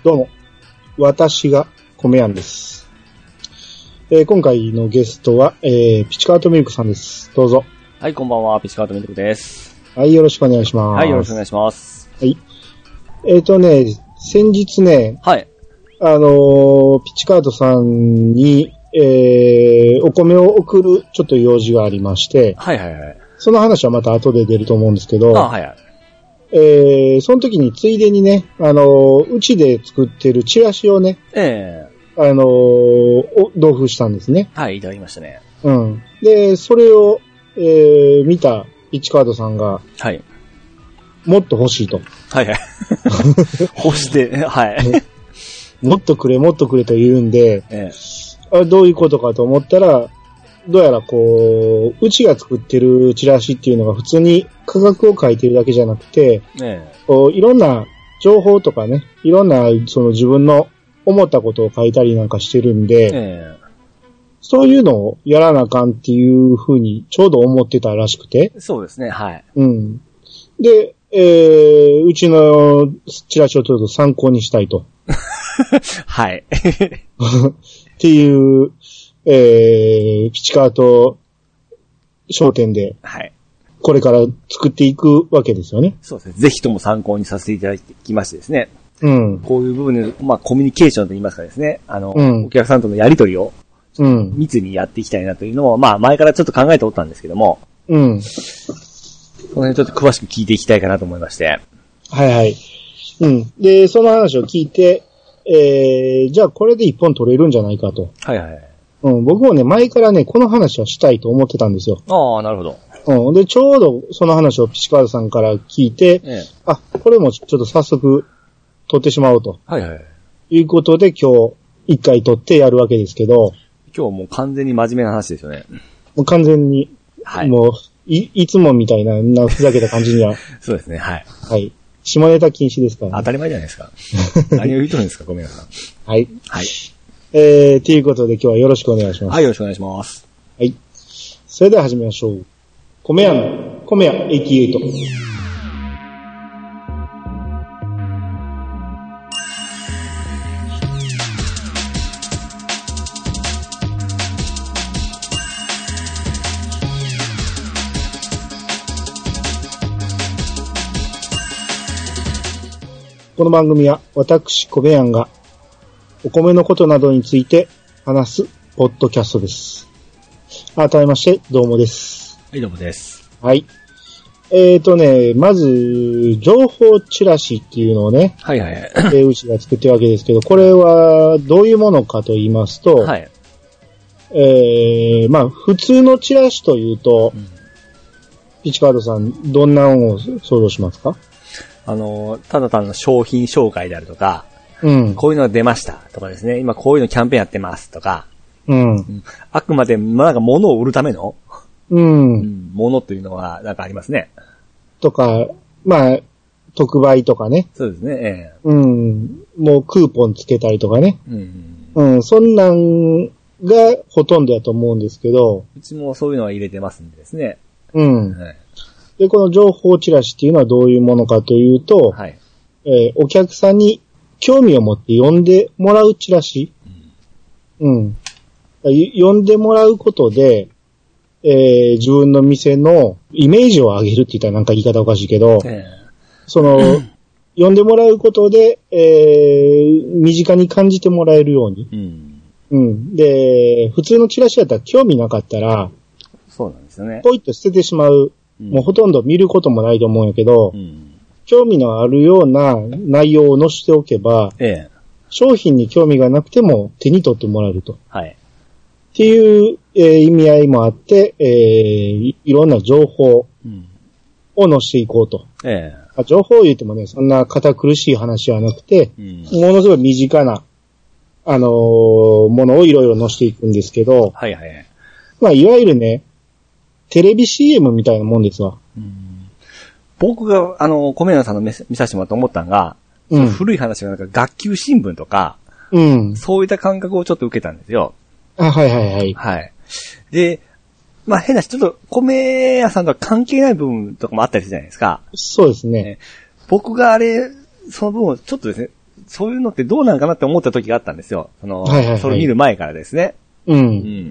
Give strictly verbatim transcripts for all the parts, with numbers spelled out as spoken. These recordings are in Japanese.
どうも、私が米庵です。えー、今回のゲストは、えー、ピチカートミルクさんです。どうぞ。 はい、こんばんは、ピチカートミルクです。 はい、よろしくお願いします。 はい、よろしくお願いします。 はい。えっ、ー、とね、先日ね、 はい。 あのー、ピチカートさんに、えー、お米を送るちょっと用事がありまして、 はいはいはい。 その話はまた後で出ると思うんですけど、 あ、はいはい。 えー、その時についでにね、あのー、うちで作ってるチラシをね、 ええー、あのー、同封したんですね。 はい、いただきましたね。 うん。で、それを、えー、見たピチカードさんが、 はい。 もっと欲しいと。 はいはい。欲して、はい。 もっとくれ、もっとくれと言うんで、 えあどういうことかと思ったら、どうやらこう、うちが作ってるチラシっていうのが普通に価格を書いてるだけじゃなくて、 えこういろんな情報とかね、いろんなその自分の思ったことを書いたりなんかしてるんで、 えそういうのをやらなあかんっていうふうにちょうど思ってたらしくて。 そうですね、はい。 うん。で、えー、うちのチラシをちょっと参考にしたいと。 はい。 っていう、えー、ピチカート商店で、 はい。 これから作っていくわけですよね。 そうですね。ぜひとも参考にさせていただきましてですね。 うん。 こういう部分で、まあ、コミュニケーションと言いますかですね。あの、 うん、 お客さんとのやりとりを、 うん。 密にやっていきたいなというのを、まあ、前からちょっと考えておったんですけども、 うん。 この辺ちょっと詳しく聞いていきたいかなと思いまして。 はいはい。うん。で、その話を聞いて、えー、じゃあこれで一本取れるんじゃないかと。 はいはい。 うん。僕もね、前からね、この話はしたいと思ってたんですよ。 ああ、なるほど。 うん。で、ちょうどその話をピチカードさんから聞いて、 ええ、 あ、これもちょっと早速取ってしまおうと。 はいはい。 いうことで今日一回取ってやるわけですけど。 今日もう完全に真面目な話ですよね。 もう完全に、 はい。 もう、い、いつもみたいな、なふざけた感じには。 そうですね、はい。 はい。下ネタ禁止ですから、ね。 当たり前じゃないですか。何を言うとるんですか、ごめんなさい。 はい。 はい。 えー、ということで今日はよろしくお願いします。 はい、よろしくお願いします。 はい。それでは始めましょう。米屋の、米屋はちじゅうはち。この番組は私、米庵がお米のことなどについて話すポッドキャストです。改めまして、どうもです。 はい、どうもです。 はい。えーとね、まず、情報チラシっていうのをね、 はいはいはい。 えー、うちが作ってるわけですけど、これはどういうものかと言いますと、 はい。 えー、まあ、普通のチラシというと、うん、ピチカードさん、どんなのを想像しますか？ あの、ただ単の商品紹介であるとか、 うん、 こういうのが出ましたとかですね、今こういうのキャンペーンやってますとか、 うん、 あくまで、まあ、なんか物を売るための、 うん、 うん、物というのはなんかありますね。とか、まあ、特売とかね。 そうですね、ええ。 うん、もうクーポンつけたりとかね。 うん、 うん、そんなんがほとんどだと思うんですけど。 うちもそういうのは入れてますんでですね。 うん。 はい、で、 この情報チラシっていうのはどういうものかというと、はい、えー、お客さんに興味を持って読んでもらうチラシ。うん。うん、読んでもらうことで、えー、自分の店のイメージを上げるって言ったらなんか言い方おかしいけど、えー、その、読んでもらうことで、えー、身近に感じてもらえるように。うん。うん。で、普通のチラシだったら興味なかったら、 そうなんですよね。 ポイッと捨ててしまう。うん、もうほとんど見ることもないと思うんやけど、うん、興味のあるような内容を載せておけば、ええ、商品に興味がなくても手に取ってもらえると。はい。っていう、えー、意味合いもあって、えーい、いろんな情報を載せていこうと。ええ、情報を言ってもね、そんな堅苦しい話はなくて、うん、ものすごい身近な、あのー、ものをいろいろ載せていくんですけど、はいはいはい。まあ、いわゆるね、テレビ シーエム みたいなもんですわ。 うん、僕が、あの、米屋さんの見させてもらって思ったのが、うん、古い話がなんか学級新聞とか、うん、そういった感覚をちょっと受けたんですよ。 あ、はいはいはい。 はい。で、まあ変なし、ちょっと米屋さんとは関係ない部分とかもあったりするじゃないですか。 そうですね。 僕があれ、その部分をちょっとですね、 そういうのってどうなんかなって思った時があったんですよ。その、はいはいはい、それ見る前からですね。うん。うん。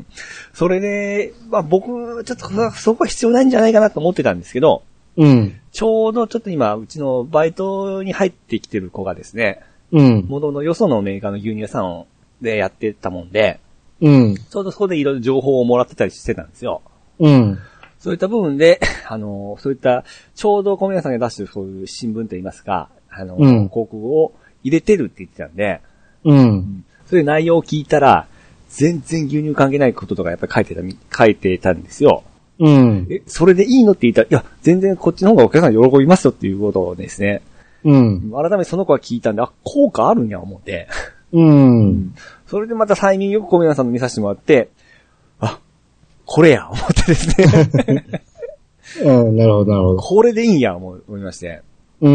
それで、まあ僕、ちょっとそこは必要ないんじゃないかなと思ってたんですけど、うん。ちょうどちょっと今、うちのバイトに入ってきてる子がですね、うん。元のよそのメーカーの牛乳屋さんでやってたもんで、うん。ちょうどそこでいろいろ情報をもらってたりしてたんですよ。うん。そういった部分で、あの、そういった、ちょうど米屋さんが出してるそういう新聞といいますか、あの、うん、広告を入れてるって言ってたんで、うん。うん、そういう内容を聞いたら、全然牛乳関係ないこととかやっぱり書いてた、書いてたんですよ。うん。え、それでいいのって言ったら、いや、全然こっちの方がお客さん喜びますよっていうことをですね。うん。改めてその子が聞いたんで、あ、効果あるんや思って。うん。うん、それでまたタイミングよく米屋さんの見させてもらって、あ、これや、思ってですね。 うん、なるほど、なるほど。 これでいいんや、思いまして。 うん。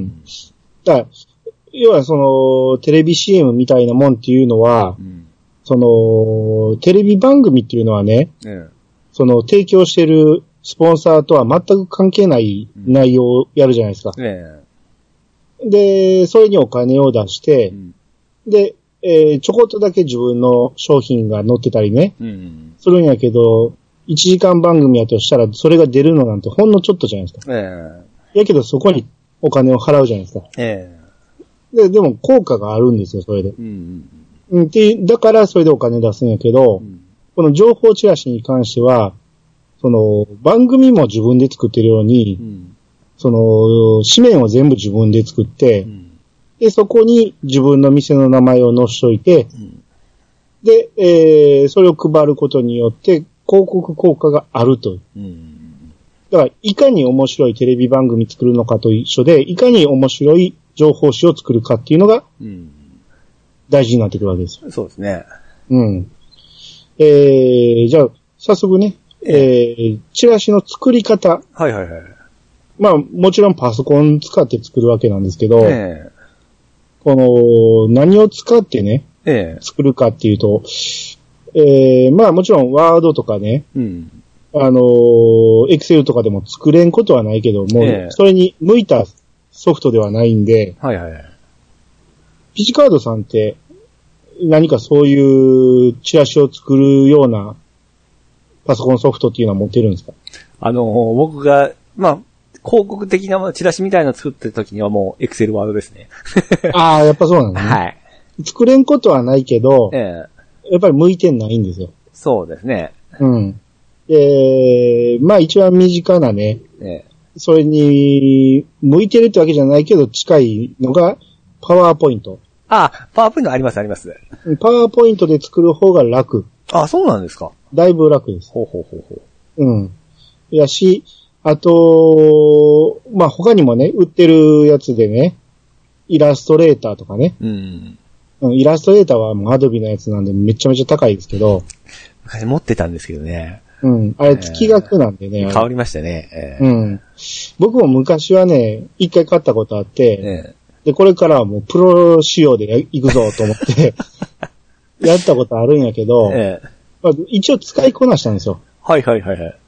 だ要はその、テレビ シーエム みたいなもんっていうのは、うん、その、テレビ番組っていうのはね、うん、その、提供してるスポンサーとは全く関係ない内容をやるじゃないですか。うん、で、それにお金を出して、うん、で、えー、ちょこっとだけ自分の商品が載ってたりね、うん、するんやけど、いちじかん番組やとしたら、それが出るのなんてほんのちょっとじゃないですか。えー、やけどそこにお金を払うじゃないですか。えー、で、でも効果があるんですよ、それで。うんうん、でだからそれでお金出すんやけど、うん、この情報チラシに関しては、その、番組も自分で作ってるように、うん、その、紙面を全部自分で作って、うん、で、そこに自分の店の名前を載しといて、うん、で、えー、それを配ることによって、広告効果があると。うん、だから、いかに面白いテレビ番組作るのかと一緒で、いかに面白い情報誌を作るかっていうのが、大事になってくるわけです。 うん、そうですね。 うん。えー、じゃあ、早速ね、えー、チラシの作り方。はいはいはい。まあ、もちろんパソコン使って作るわけなんですけど、えー、この、何を使ってね、えー、作るかっていうと、えー、まあもちろんワードとかね、うん、あのー、エクセルとかでも作れんことはないけども、えー、それに向いたソフトではないんで、はいはいはい。ピチカードさんって何かそういうチラシを作るようなパソコンソフトっていうのは持ってるんですか？ あのー、僕が、まあ、広告的なチラシみたいなの作ってる時にはもうエクセルワードですね。ああ、やっぱそうなんですね。はい。作れんことはないけど、えーやっぱり向いてないんですよ。 そうですね。 うん。えー、まあ一番身近なね、ええ、それに向いてるってわけじゃないけど近いのがパワーポイント。 ああ、パワーポイントありますあります。 パワーポイントで作る方が楽。 あ、そうなんですか。 だいぶ楽です。 ほうほうほうほう。うん。やし、あと、まあ他にもね、売ってるやつでね、イラストレーターとかね。うん。イラストレーターはもうアドビのやつなんでめちゃめちゃ高いですけど。 昔持ってたんですけどね。 うん。あれ月額なんでね。 えー、変わりましたね、えー。うん。僕も昔はね、一回買ったことあって、えー、で、これからはもうプロ仕様で行くぞと思って、やったことあるんやけど、えーまあ、一応使いこなしたんですよ。 はいはいはいはい。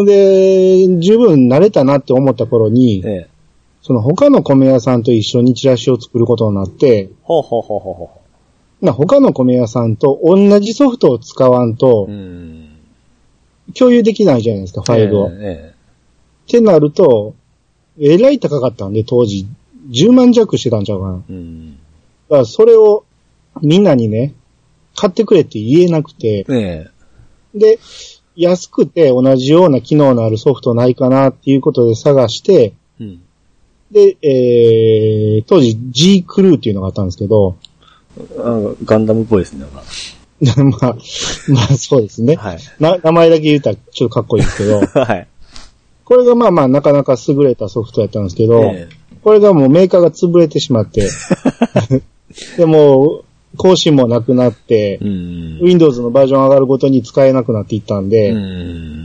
で、十分慣れたなって思った頃に、えー、その他の米屋さんと一緒にチラシを作ることになって、ほうほうほうほうほう。他の米屋さんと同じソフトを使わんと、共有できないじゃないですか、ファイルを。えーえー、ってなると、えらい高かったんで、当時、じゅうまん弱してたんちゃうかな。うん、だからそれをみんなにね、買ってくれって言えなくて、えー、で、安くて同じような機能のあるソフトないかなっていうことで探して、うん、で、えー、当時 G クルーっていうのがあったんですけど、 あガンダムっぽいですね。 まあ、まあそうですね。はい、な名前だけ言ったらちょっとかっこいいですけど、はい、これがまあまあなかなか優れたソフトやったんですけど、えー、これがもうメーカーが潰れてしまって、でも更新もなくなって、うん、Windows のバージョン上がるごとに使えなくなっていったんで、うん、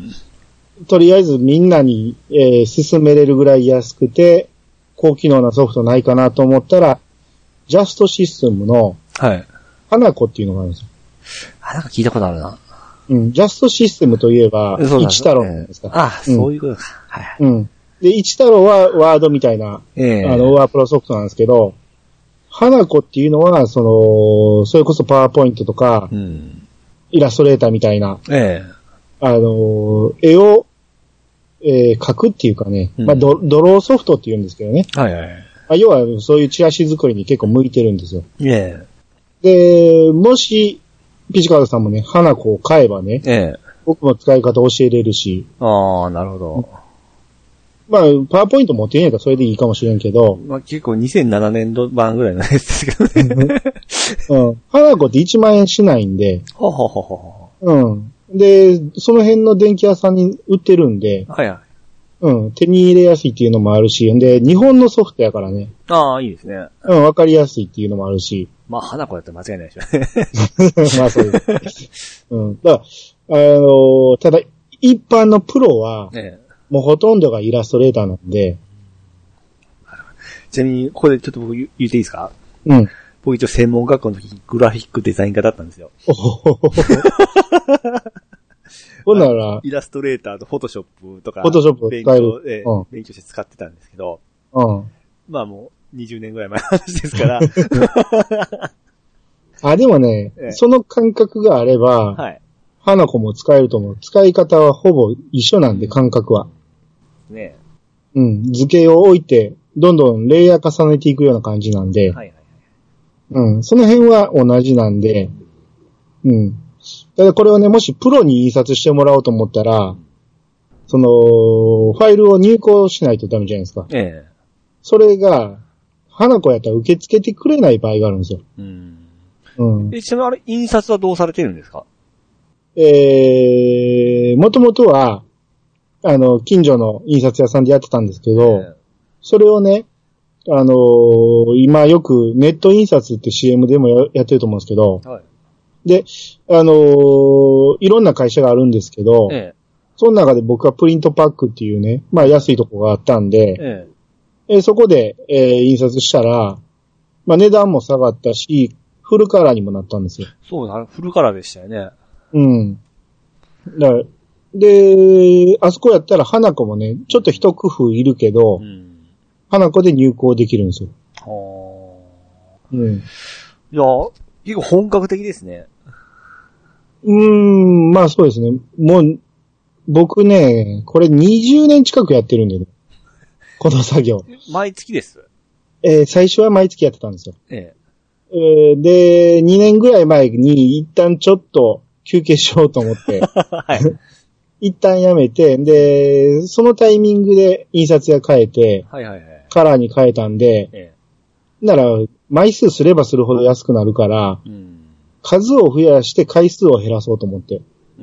とりあえずみんなに、えー、進めれるぐらい安くて、高機能なソフトないかなと思ったら、ジャストシステムの、はい。花子っていうのがあるんですよ。 あ、なんか聞いたことあるな。 うん、ジャストシステムといえば、一太郎なんですか。 あ、うん、そういうことか。はい。 うん。で、一太郎はワードみたいな、えー、あの、ワープロソフトなんですけど、 花子っていうのは、その、それこそパワーポイントとか、うん、イラストレーターみたいな、ええ、あの、絵を、えー、描くっていうかね、うん、まあド、ドローソフトって言うんですけどね。はいはい。まあ、要は、そういうチラシ作りに結構向いてるんですよ。ええ。で、もし、ピチカードさんもね、花子を買えばね、ええ、僕も使い方教えれるし。 ああ、なるほど。 まあ、パワーポイント持ってんやったらそれでいいかもしれんけど。 まあ結構にせんななねんど版ぐらいのやつですけどね。 うん。花子っていちまんえんしないんで。 ほほほほ。 うん。で、その辺の電気屋さんに売ってるんで。はいはい。うん。手に入れやすいっていうのもあるし。で、日本のソフトやからね。 ああ、いいですね。 うん、わかりやすいっていうのもあるし。 まあ、花子だったら間違いないでしょ。 まあ、そうです。うん。だから、あのー、ただ、一般のプロは、ね、もうほとんどがイラストレーターなんで。 ちなみに、ここでちょっと僕言っていいですか？うん。僕一応専門学校の時グラフィックデザイン科だったんですよ。おほほほほ。ほんなら、イラストレーターとフォトショップとか、 フォトショップを使える。 えーうん、勉強して使ってたんですけど、うん。まあもうにじゅうねんぐらい前の話ですから。 あ、でもね、ええ、その感覚があれば、はい。花子も使えると思う。使い方はほぼ一緒なんで、感覚は。ねえ。うん。図形を置いて、どんどんレイヤー重ねていくような感じなんで。はいはいはい。うん。その辺は同じなんで、うん。ただこれをね、もしプロに印刷してもらおうと思ったら、その、ファイルを入稿しないとダメじゃないですか。ええ。それが、花子やったら受け付けてくれない場合があるんですよ。うん。 うん。え、ちなみにあれ、印刷はどうされてるんですか？ えー、もともとは、あの、近所の印刷屋さんでやってたんですけど、えー、それをね、あのー、今よくネット印刷って シーエム でも や, やってると思うんですけど、はい、で、あのー、いろんな会社があるんですけど、えー、その中で僕はプリントパックっていうね、まあ安いとこがあったんで、えー、えー、そこで、えー、印刷したら、まあ値段も下がったし、フルカラーにもなったんですよ。 そうだ、フルカラーでしたよね。 うん。だからで、あそこやったら花子もね、ちょっと一工夫いるけど、うん、花子で入稿できるんですよ。はあ。うん。いや、結構本格的ですね。 うーん、まあそうですね。もう、僕ね、これにじゅうねん近くやってるんでね。この作業。 毎月です。 えー、最初は毎月やってたんですよ。えええー、で、にねんぐらい前に一旦ちょっと休憩しようと思って。はい。一旦やめて、で、そのタイミングで印刷屋変えて、はいはいはい、カラーに変えたんで、ええ、なら、枚数すればするほど安くなるから、うん、数を増やして回数を減らそうと思って。うん、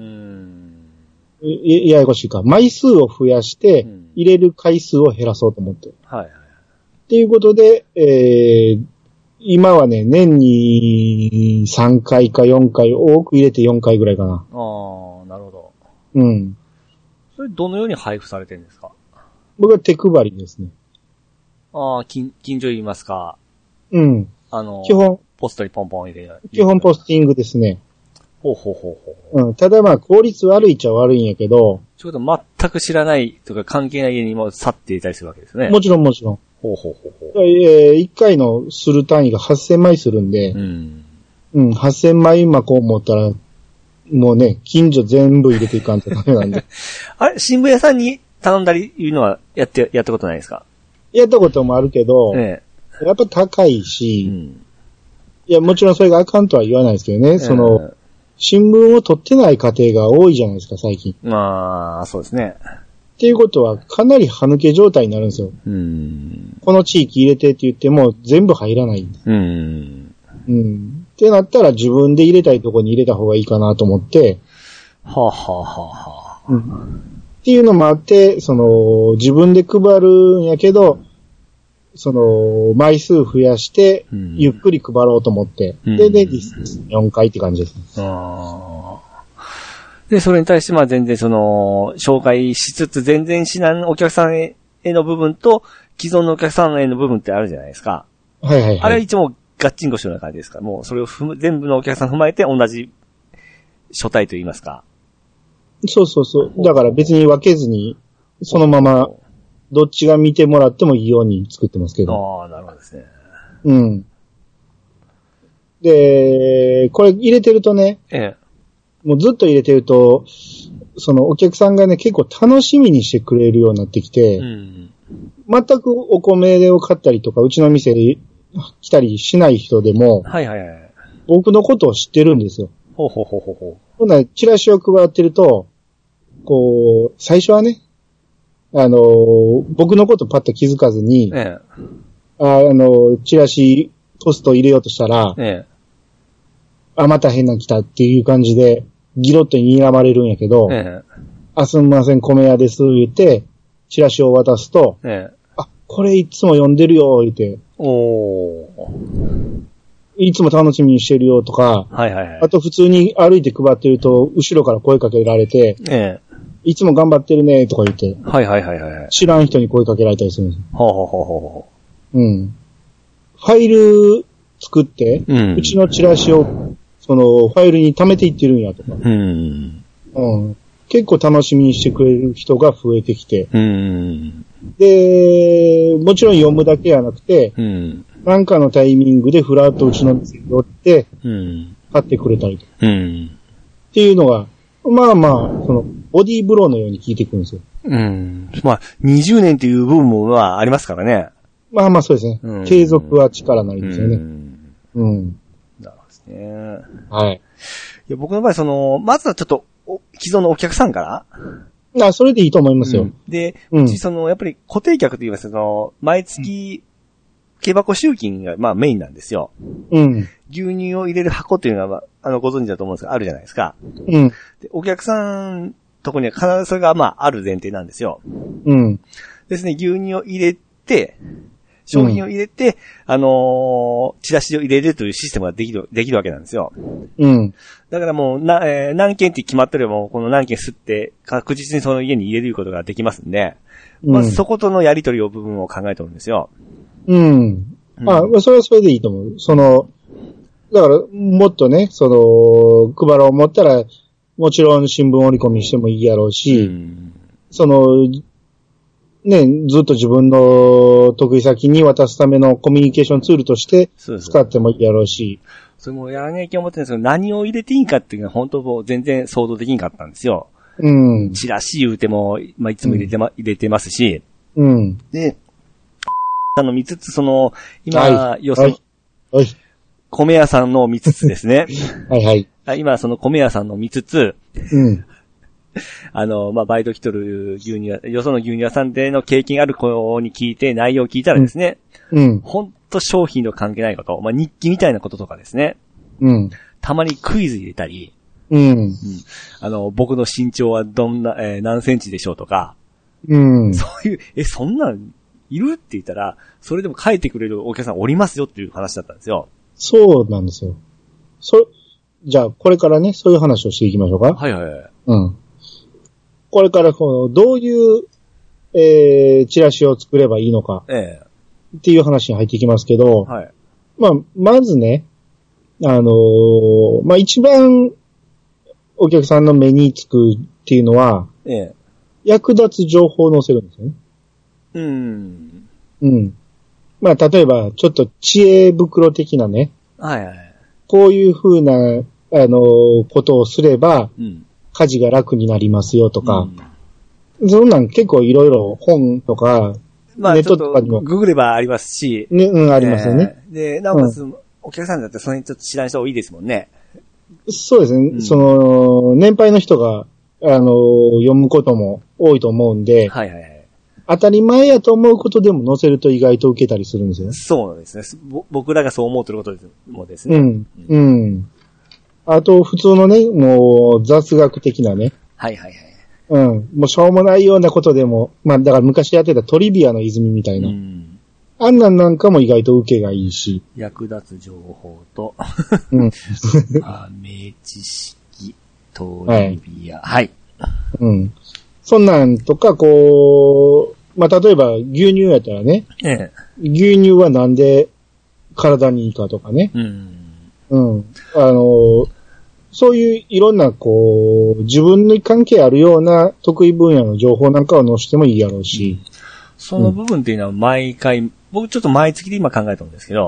ややこしいか。枚数を増やして、入れる回数を減らそうと思って。うん、はいはい。っていうことで、えー、今はね、年にさんかいかよんかい、多く入れてよんかいぐらいかな。 ああ、なるほど。 うん。 それどのように配布されてるんですか？ 僕は手配りですね。 ああ、近、近所言いますか？ うん。 あの、 基本。 ポストにポンポン入れる。 基本ポスティングですね。 ほうほうほうほう。うん。ただまあ、効率悪いっちゃ悪いんやけど。 ちょっと全く知らないとか関係ない家にも去っていたりするわけですね。 もちろんもちろん。 ほうほうほうほう。 えー、いっかいのする単位がはっせんまいするんで。うん。うん、はっせんまい今こう思ったら、もうね、近所全部入れていかんとダメなんで。 あれ、新聞屋さんに頼んだりいうのはやって、やったことないですか？ やったこともあるけど、ええ、やっぱ高いし、うん、いや、もちろんそれがあかんとは言わないですけどね、ええ、その、新聞を取ってない家庭が多いじゃないですか、最近。 まあ、そうですね。 っていうことは、かなり歯抜け状態になるんですよ。うん、この地域入れてって言っても、全部入らない。うん。うん。ってなったら自分で入れたいところに入れた方がいいかなと思って、 はあ、はあははあ、 うん。っていうのもあって、その、自分で配るんやけど、その、枚数増やして、ゆっくり配ろうと思って、うん、で、で、よんかいって感じですね。 あで、それに対して、まあ全然その、紹介しつつ、全然しないお客さんへの部分と、既存のお客さんへの部分ってあるじゃないですか。 はいはいはい。 あれはいつもガッチンコしような感じですか？もうそれを踏む、全部のお客さん踏まえて同じ書体と言いますか。 そうそうそう。だから別に分けずに、そのまま、どっちが見てもらってもいいように作ってますけど。 ああ、なるほどですね。 うん。 で、これ入れてるとね、ええ、もうずっと入れてると、そのお客さんがね、結構楽しみにしてくれるようになってきて、うん、全くお米を買ったりとか、うちの店に来たりしない人でも、はいはいはい、僕のことを知ってるんですよ。ほうほうほうほうほう。ほんならチラシを配ってると、こう、最初はね、あのー、僕のことパッと気づかずに、ええ、あ、あのー、チラシポスト入れようとしたら、ええ、あ、また変な来たっていう感じで、ギロッと睨まれるんやけど、ええ、あ、すみません、米屋です、言って、チラシを渡すと、ええ、あ、これいつも読んでるよ、言って、おー、いつも楽しみにしてるよとか、はいはいはい、あと普通に歩いて配ってると、後ろから声かけられて、ええ、いつも頑張ってるねとか言って、はいはいはいはい、知らん人に声かけられたりするんですよ。ほうほうほうほう。うん。ファイル作って、うん、うちのチラシを、その、ファイルに貯めていってるんやとか。うん。うん。結構楽しみにしてくれる人が増えてきて。うん。で、もちろん読むだけじゃなくて、うん。なんかのタイミングでフラッとうちの店に寄って、うん。買ってくれたりとか。うん。っていうのが、まあまあ、その、ボディーブローのように効いてくるんですよ。うん。まあ、にじゅうねんっていう部分もはありますからね。まあまあそうですね。うん、継続は力なりですよね。うん。うん。なるほどですね。はい。いや、僕の場合、その、まずはちょっと、既存のお客さんからあ、それでいいと思いますよ。うん、で、うち、その、やっぱり固定客といいますと、その、毎月、木箱集金が、まあメインなんですよ。うん。牛乳を入れる箱っていうのは、あの、ご存知だと思うんですが、あるじゃないですか。うん。で、お客さんとこには必ずそれが、まあ、ある前提なんですよ。うん。ですね、牛乳を入れて、商品を入れて、うん、あのー、チラシを入れるというシステムができる、できるわけなんですよ。うん。だからもう、な、えー、何件って決まってれば、この何件吸って、確実にその家に入れることができますんで、うん、まずそことのやり取りを部分を考えてるんですよ。うん。あ、うん、それはそれでいいと思う。その、だから、もっとね、その、配ろう思ったら、もちろん新聞折り込みしてもいいやろうし、うん、その、ね、ずっと自分の得意先に渡すためのコミュニケーションツールとして使ってもいいやろうし。それもやらなきゃ思ってるんですけど、何を入れていいかっていうのは本当もう全然想像できんかったんですよ。うん。チラシ言うても、まあ、いつも入れてま、うん、入れてますし。うん。で、あの見つつ、その、今、はい、よそ、はい。はい。米屋さんの見つつですね。はいはい。今、その米屋さんの見つつ、うん。あの、まあ、バイト来とる牛乳屋、よその牛乳屋さんでの経験ある子に聞いて、内容を聞いたらですね、うん。ほんと商品の関係ないこと、まあ、日記みたいなこととかですね。うん。たまにクイズ入れたり、うん。うん、あの、僕の身長はどんな、えー、何センチでしょうとか、うん。そういう、え、そんなんいるって言ったら、それでも書いてくれるお客さんおりますよっていう話だったんですよ。そうなんですよ。そ、じゃあ、これからね、そういう話をしていきましょうか。はいはいはい。うん。これからこの、どういう、えー、チラシを作ればいいのか。ええ。っていう話に入っていきますけど。はい。まあ、まずね、あのー、まあ一番、お客さんの目につくっていうのは、ええ。役立つ情報を載せるんですよね。うん。うん。まあ、例えば、ちょっと知恵袋的なね。はいはい。こういう風な、あのー、ことをすれば、うん。家事が楽になりますよとか、うん、そんなん結構いろいろ本とか、まあ、ネットとかにも。ググればありますし。ね、うん、ありますよね。えー、で、なおかつ、うん、お客さんだってそれにちょっと知らん人多いですもんね。そうですね。うん、その、年配の人が、あの、読むことも多いと思うんで、はいはいはい。当たり前やと思うことでも載せると意外と受けたりするんですよね。そうなんですね。僕らがそう思ってることもですね。うん。うん。あと、普通のね、もう、雑学的なね。はいはいはい。うん。もう、しょうもないようなことでも、まあ、だから昔やってたトリビアの泉みたいな。うん。あんなんなんかも意外と受けがいいし。役立つ情報と、うん。豆知識、トリビア。はい。はい。うん。そんなんとか、こう、まあ、例えば、牛乳やったらね。ええ。牛乳はなんで体にいいかとかね。うん。うん。あの、そういういろんな、こう、自分に関係あるような得意分野の情報なんかを載せてもいいやろうし。うん、その部分っていうのは毎回、うん、僕ちょっと毎月で今考えたんですけど、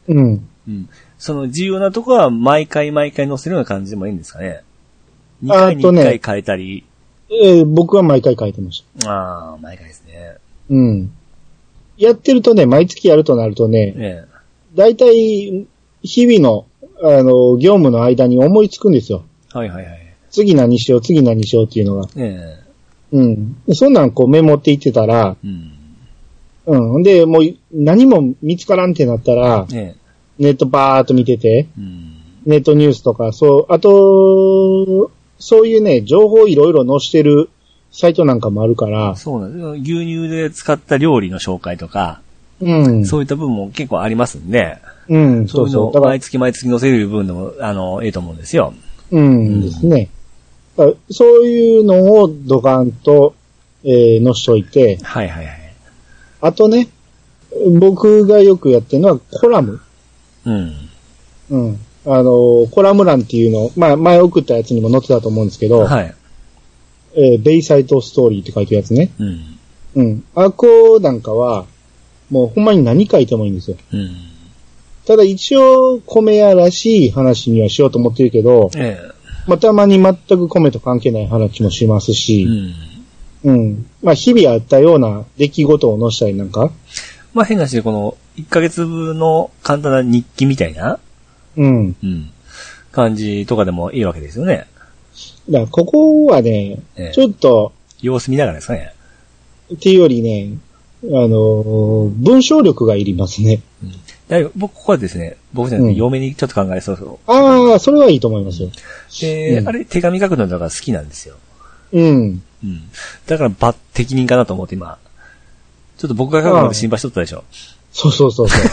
うん。 うん。その重要なとこは毎回毎回載せるような感じでもいいんですかね。にかいにいっかい変えたり。 えー、僕は毎回変えてました。 ああ、毎回ですね。 うん。やってるとね、毎月やるとなるとね、ええ、だいたい日々の、あの、業務の間に思いつくんですよ。 はいはいはい。 次何しよう、次何しようっていうのが。ええ、うん。そんなんこうメモっていってたら、うん。うん。で、もう何も見つからんってなったら、ええ、ネットバーっと見てて、うん、ネットニュースとか、そう、あと、そういうね、情報いろいろ載してるサイトなんかもあるから。 そうなんです。牛乳で使った料理の紹介とか、うん。そういった部分も結構ありますんで、うん、そういうのを毎月毎月載せる部分でも、あの、いいと思うんですよ。 うん、うんですね。そういうのをドカンと、えー、載しといて。 はいはいはい。 あとね、僕がよくやってるのはコラム。うん。うん。あの、コラム欄っていうの、まあ、前送ったやつにも載ってたと思うんですけど、はい。えー、ベイサイトストーリーって書いてるやつね。うん。うん。あこなんかは、もうほんまに何書いてもいいんですよ。うん。ただ一応、米屋らしい話にはしようと思ってるけど、ええ。まあ、たまに全く米と関係ない話もしますし、うん。うん。まあ、日々あったような出来事を載せたりなんか。 まあ、変な話で、この、いっかげつぶの簡単な日記みたいな、うん。うん。感じとかでもいいわけですよね。 だからここはね、ええ、ちょっと。 様子見ながらですかね。 っていうよりね、あの、文章力がいりますね。 うん、だい僕、ここはですね、僕じゃなくて、嫁にちょっと考えそうそう。 ああ、それはいいと思いますよ。 で、うん、あれ、手紙書くのが好きなんですよ。 うん。 うん。だから、抜適任かなと思って今、ちょっと僕が書くので心配しとったでしょ。 そうそうそうそう。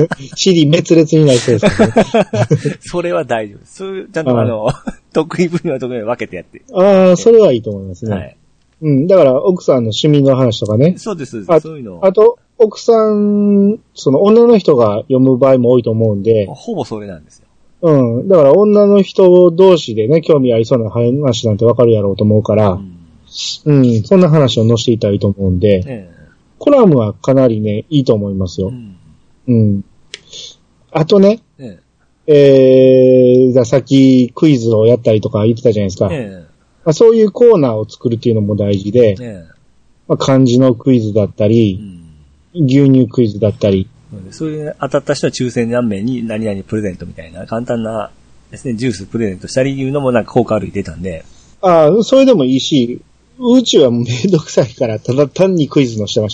尻滅裂になりそうですね。 それは大丈夫です。そういう、ちゃんとあの、得意分野は得意分野分けてやって。 ああ、それはいいと思いますね。はい。うん。だから、奥さんの趣味の話とかね。 そうです。 あそういうの。 あと、奥さん、その女の人が読む場合も多いと思うんで。 ほぼそれなんですよ。 うん。だから女の人同士でね、興味ありそうな話なんてわかるやろうと思うから、うん。うん、そんな話を載せていたらいいと思うんで。ええ、コラムはかなりね、いいと思いますよ。うん。うん、あとね、えええー、さっきクイズをやったりとか言ってたじゃないですか。ええ、まあ、そういうコーナーを作るっていうのも大事で、ええ、まあ、漢字のクイズだったり、うん、牛乳クイズだったり。 そういう、ね、当たった人は抽選何名に何々プレゼントみたいな簡単なですね、ジュースプレゼントしたりいうのもなんか効果ある出たんで。 ああ、それでもいいし、うちはめんどくさいから、ただ単にクイズのしてま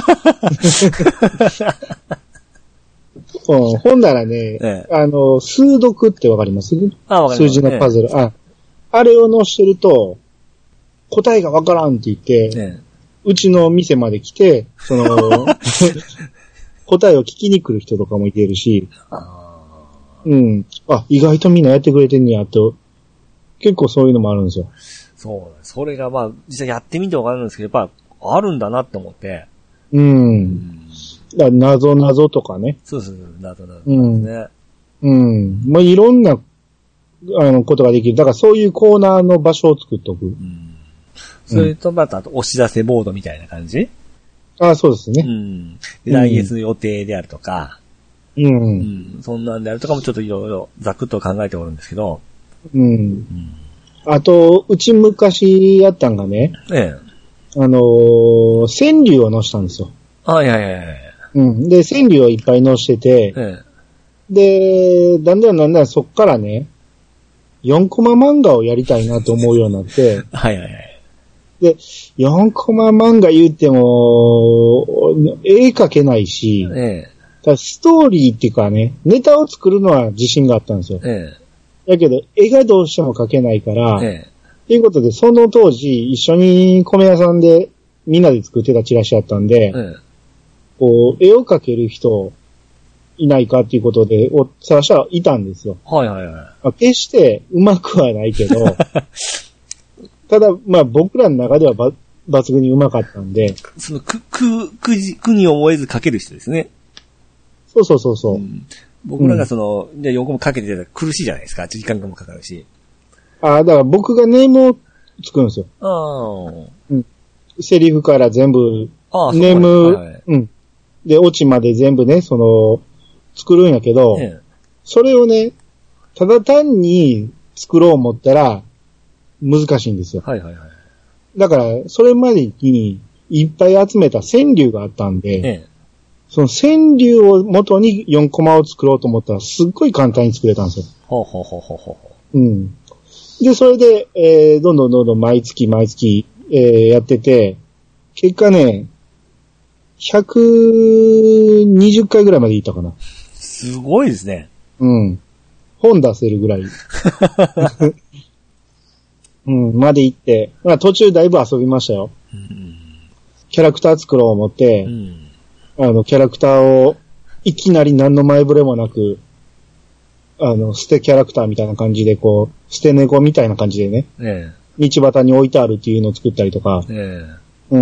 したけどね。うん、ほんならね、ええ、あの、数読ってわかります？あ、わかります。数字のパズル。ええ、あ、あれを載してると、答えがわからんって言って、ええ、うちの店まで来て、その、答えを聞きに来る人とかもいてるし、あうん。あ、意外とみんなやってくれてんねやと、結構そういうのもあるんですよ。 そう。それがまあ、実際やってみてわかるんですけど、やっぱ、あるんだなって思って。 うん。うん、だ謎謎とかね。 そうそうそう、謎謎ですね。 うん。うん。まあ、いろんな、あの、ことができる。だからそういうコーナーの場所を作っとく。うん。 それとまた、あと、お知らせボードみたいな感じ？ ああ、そうですね。 うん。で、来月の予定であるとか。うん。うん。そんなんであるとかもちょっといろいろざくっと考えておるんですけど。 うん。うんあと、うち昔やったんがね、ええ、あのー、川柳を載したんですよ。 はいはいはいはい。 うん。で、川柳をいっぱい載してて、ええ、で、だんだんだんだんそっからね、よんコマ漫画をやりたいなと思うようになって、 はいはいはい。 で、よんコマ漫画言っても、絵描けないし、ええ、ストーリーっていうかね、ネタを作るのは自信があったんですよ。ええだけど、絵がどうしても描けないから、ええ、ということで、その当時、一緒に米屋さんでみんなで作ってたチラシやったんで、ええ、こう、絵を描ける人いないかっていうことで、を探したらいたんですよ。 はいはいはい。 まあ、決して上手くはないけど、ただ、まあ僕らの中ではば抜群に上手かったんで。 その、く、く、くじ、くに思えず描ける人ですね。 そうそうそうそう。うん僕らがその、じゃあよんコマかけてたら苦しいじゃないですか。時間もかかるし。 ああ、だから僕がネームを作るんですよ。ああ。うん。セリフから全部、ああネーム、はいはい、うん。で、オチまで全部ね、その、 作るんやけど、ええ、それをね、ただ単に作ろう思ったら難しいんですよ。はいはいはい。だから、それまでにいっぱい集めた川柳があったんで、ええ、その川柳を元によんコマを作ろうと思ったらすっごい簡単に作れたんですよ。ほうほうほうほうほう。うん。で、それで、えー、どんどんどんどん毎月毎月、えー、やってて、結果ね、ひゃくにじゅっかいぐらいまでいったかな。 すごいですね。 うん。本出せるぐらい。うん、まで行って、まあ途中だいぶ遊びましたよ。うん、キャラクター作ろう思って、うん、あの、キャラクターをいきなり何の前触れもなく、あの、捨てキャラクターみたいな感じで、こう、捨て猫みたいな感じでね、ええ、道端に置いてあるっていうのを作ったりとか、ええ、うん、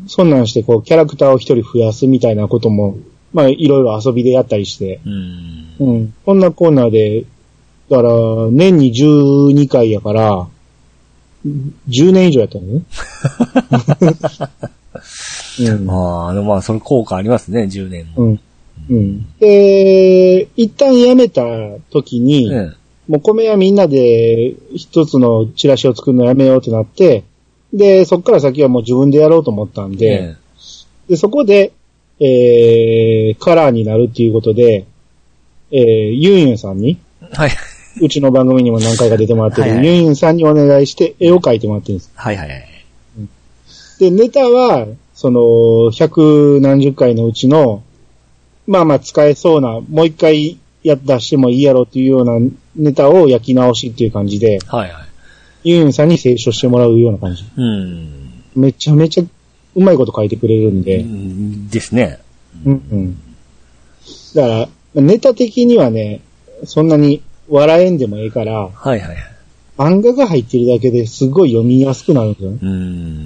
そんなんして、こう、キャラクターを一人増やすみたいなことも、まあ、いろいろ遊びでやったりして、うん、うん、こんなコーナーで、だから、年にじゅうにかいやから、じゅうねん以上やったのね。 うん、ああ、でもまあ、その効果ありますね、じゅうねんも。 うん。うん。で、一旦やめた時に、うん、もう米屋みんなで一つのチラシを作るのやめようってなって、で、そっから先はもう自分でやろうと思ったんで、うん、で、そこで、えー、カラーになるっていうことで、えー、ユンユンさんに、はい。うちの番組にも何回か出てもらってる、はいはい、ユンユンさんにお願いして絵を描いてもらってるんです。はいはいはい。で、ネタは、その、百何十回のうちの、まあまあ使えそうな、もう一回や出してもいいやろっていうようなネタを焼き直しっていう感じで、はいはい。ユンユンさんに清書してもらうような感じ。うん。めちゃめちゃうまいこと書いてくれるんで。うん、 ですね。 うんうん。だから、ネタ的にはね、そんなに笑えんでもいいから、はいはい。漫画が入ってるだけですごい読みやすくなるんですよね。 うん。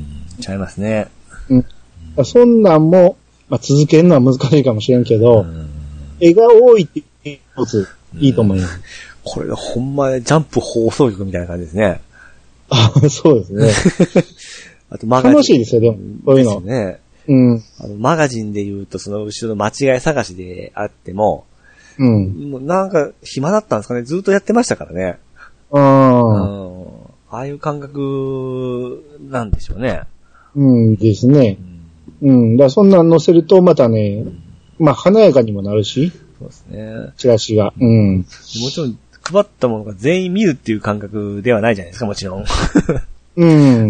ちゃいますね。 うん。そんなんも、まあ、続けるのは難しいかもしれんけど、絵が多いって一ついいと思います。 これほんまジャンプ放送局みたいな感じですね。 あ、そうですね。あとマガジン。楽しいですよ、でも、こういうの。ですね。 うん。あのマガジンで言うと、その後ろの間違い探しであっても、うん。もうなんか暇だったんですかね。ずっとやってましたからね。ああ。ああいう感覚なんでしょうね。 うんですね。うん。うん、だからそんなん載せるとまたね、うん、まあ華やかにもなるし。そうですね。チラシが。うん。 もちろん配ったものが全員見るっていう感覚ではないじゃないですか、もちろん。うん。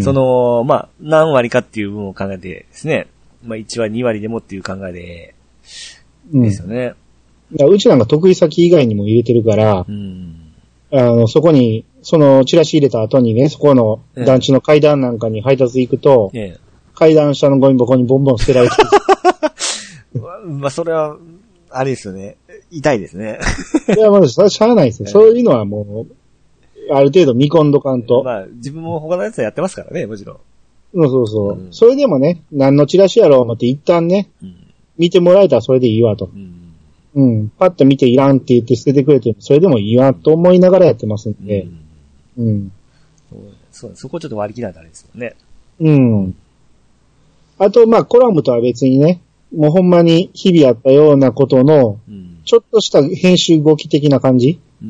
その、まあ、何割かっていう部分を考えてですね。まあいち割、に割でもっていう考えで、ですよね。 うん、だうちなんか得意先以外にも入れてるから、うん、あの、そこに、そのチラシ入れた後にね、そこの団地の階段なんかに配達行くと、ええ、階段下のゴミ箱にボンボン捨てられてる。まあ、それは、あれですよね。痛いですね。 いや、まあ、それはしゃあないですよ。そういうのはもう、ある程度見込んどかんと。 まあ、自分も他のやつはやってますからね、もちろん。 そうそうそう。うん、それでもね、何のチラシやろう思って一旦ね、うん、見てもらえたらそれでいいわと。うんうん。パッと見ていらんって言って捨ててくれても、それでもいいわと思いながらやってますんで。うん。うん、 そう、そこちょっと割り切らないとあれですもんね。 うん。あと、まあ、コラムとは別にね、もうほんまに日々やったようなことの、ちょっとした編集動き的な感じ、うん、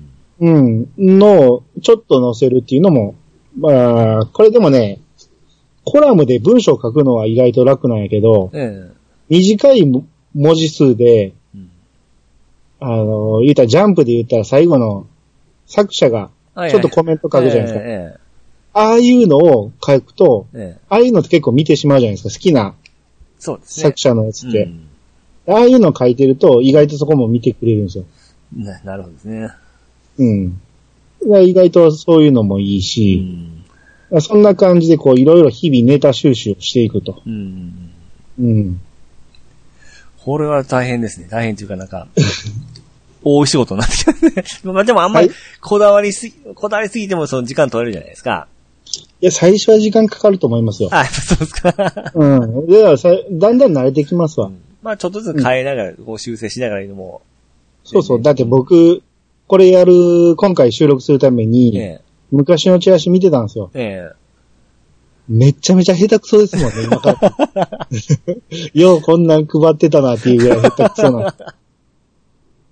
うん。の、ちょっと載せるっていうのも、まあ、これでもね、コラムで文章を書くのは意外と楽なんやけど、ええ、短い文字数で、あの、言ったらジャンプで言ったら最後の作者がちょっとコメント書くじゃないですか。はいはいはい、ああいうのを書くと、ええ、ああいうのって結構見てしまうじゃないですか。好きな作者のやつって。うん、ああいうのを書いてると意外とそこも見てくれるんですよ。 な, なるほどですね。 うん。意外とそういうのもいいし、うん、そんな感じでこういろいろ日々ネタ収集をしていくと。うん。 うん。これは大変ですね。大変というかなんか、大仕事になってきたね。まあでもあんまりこだわりすぎ、はい、こだわりすぎてもその時間取れるじゃないですか。 いや、最初は時間かかると思いますよ。 あ、そうですか。 うん。では、だんだん慣れてきますわ。うん、 まあちょっとずつ変えながら、こう修正しながらいるのも、 うん。そうそう。だって僕、これやる、今回収録するために、ええ、昔のチラシ見てたんですよ。ええ、めっちゃめちゃ下手くそですもんね、今から。ようこんなん配ってたなっていうぐらい下手くそな。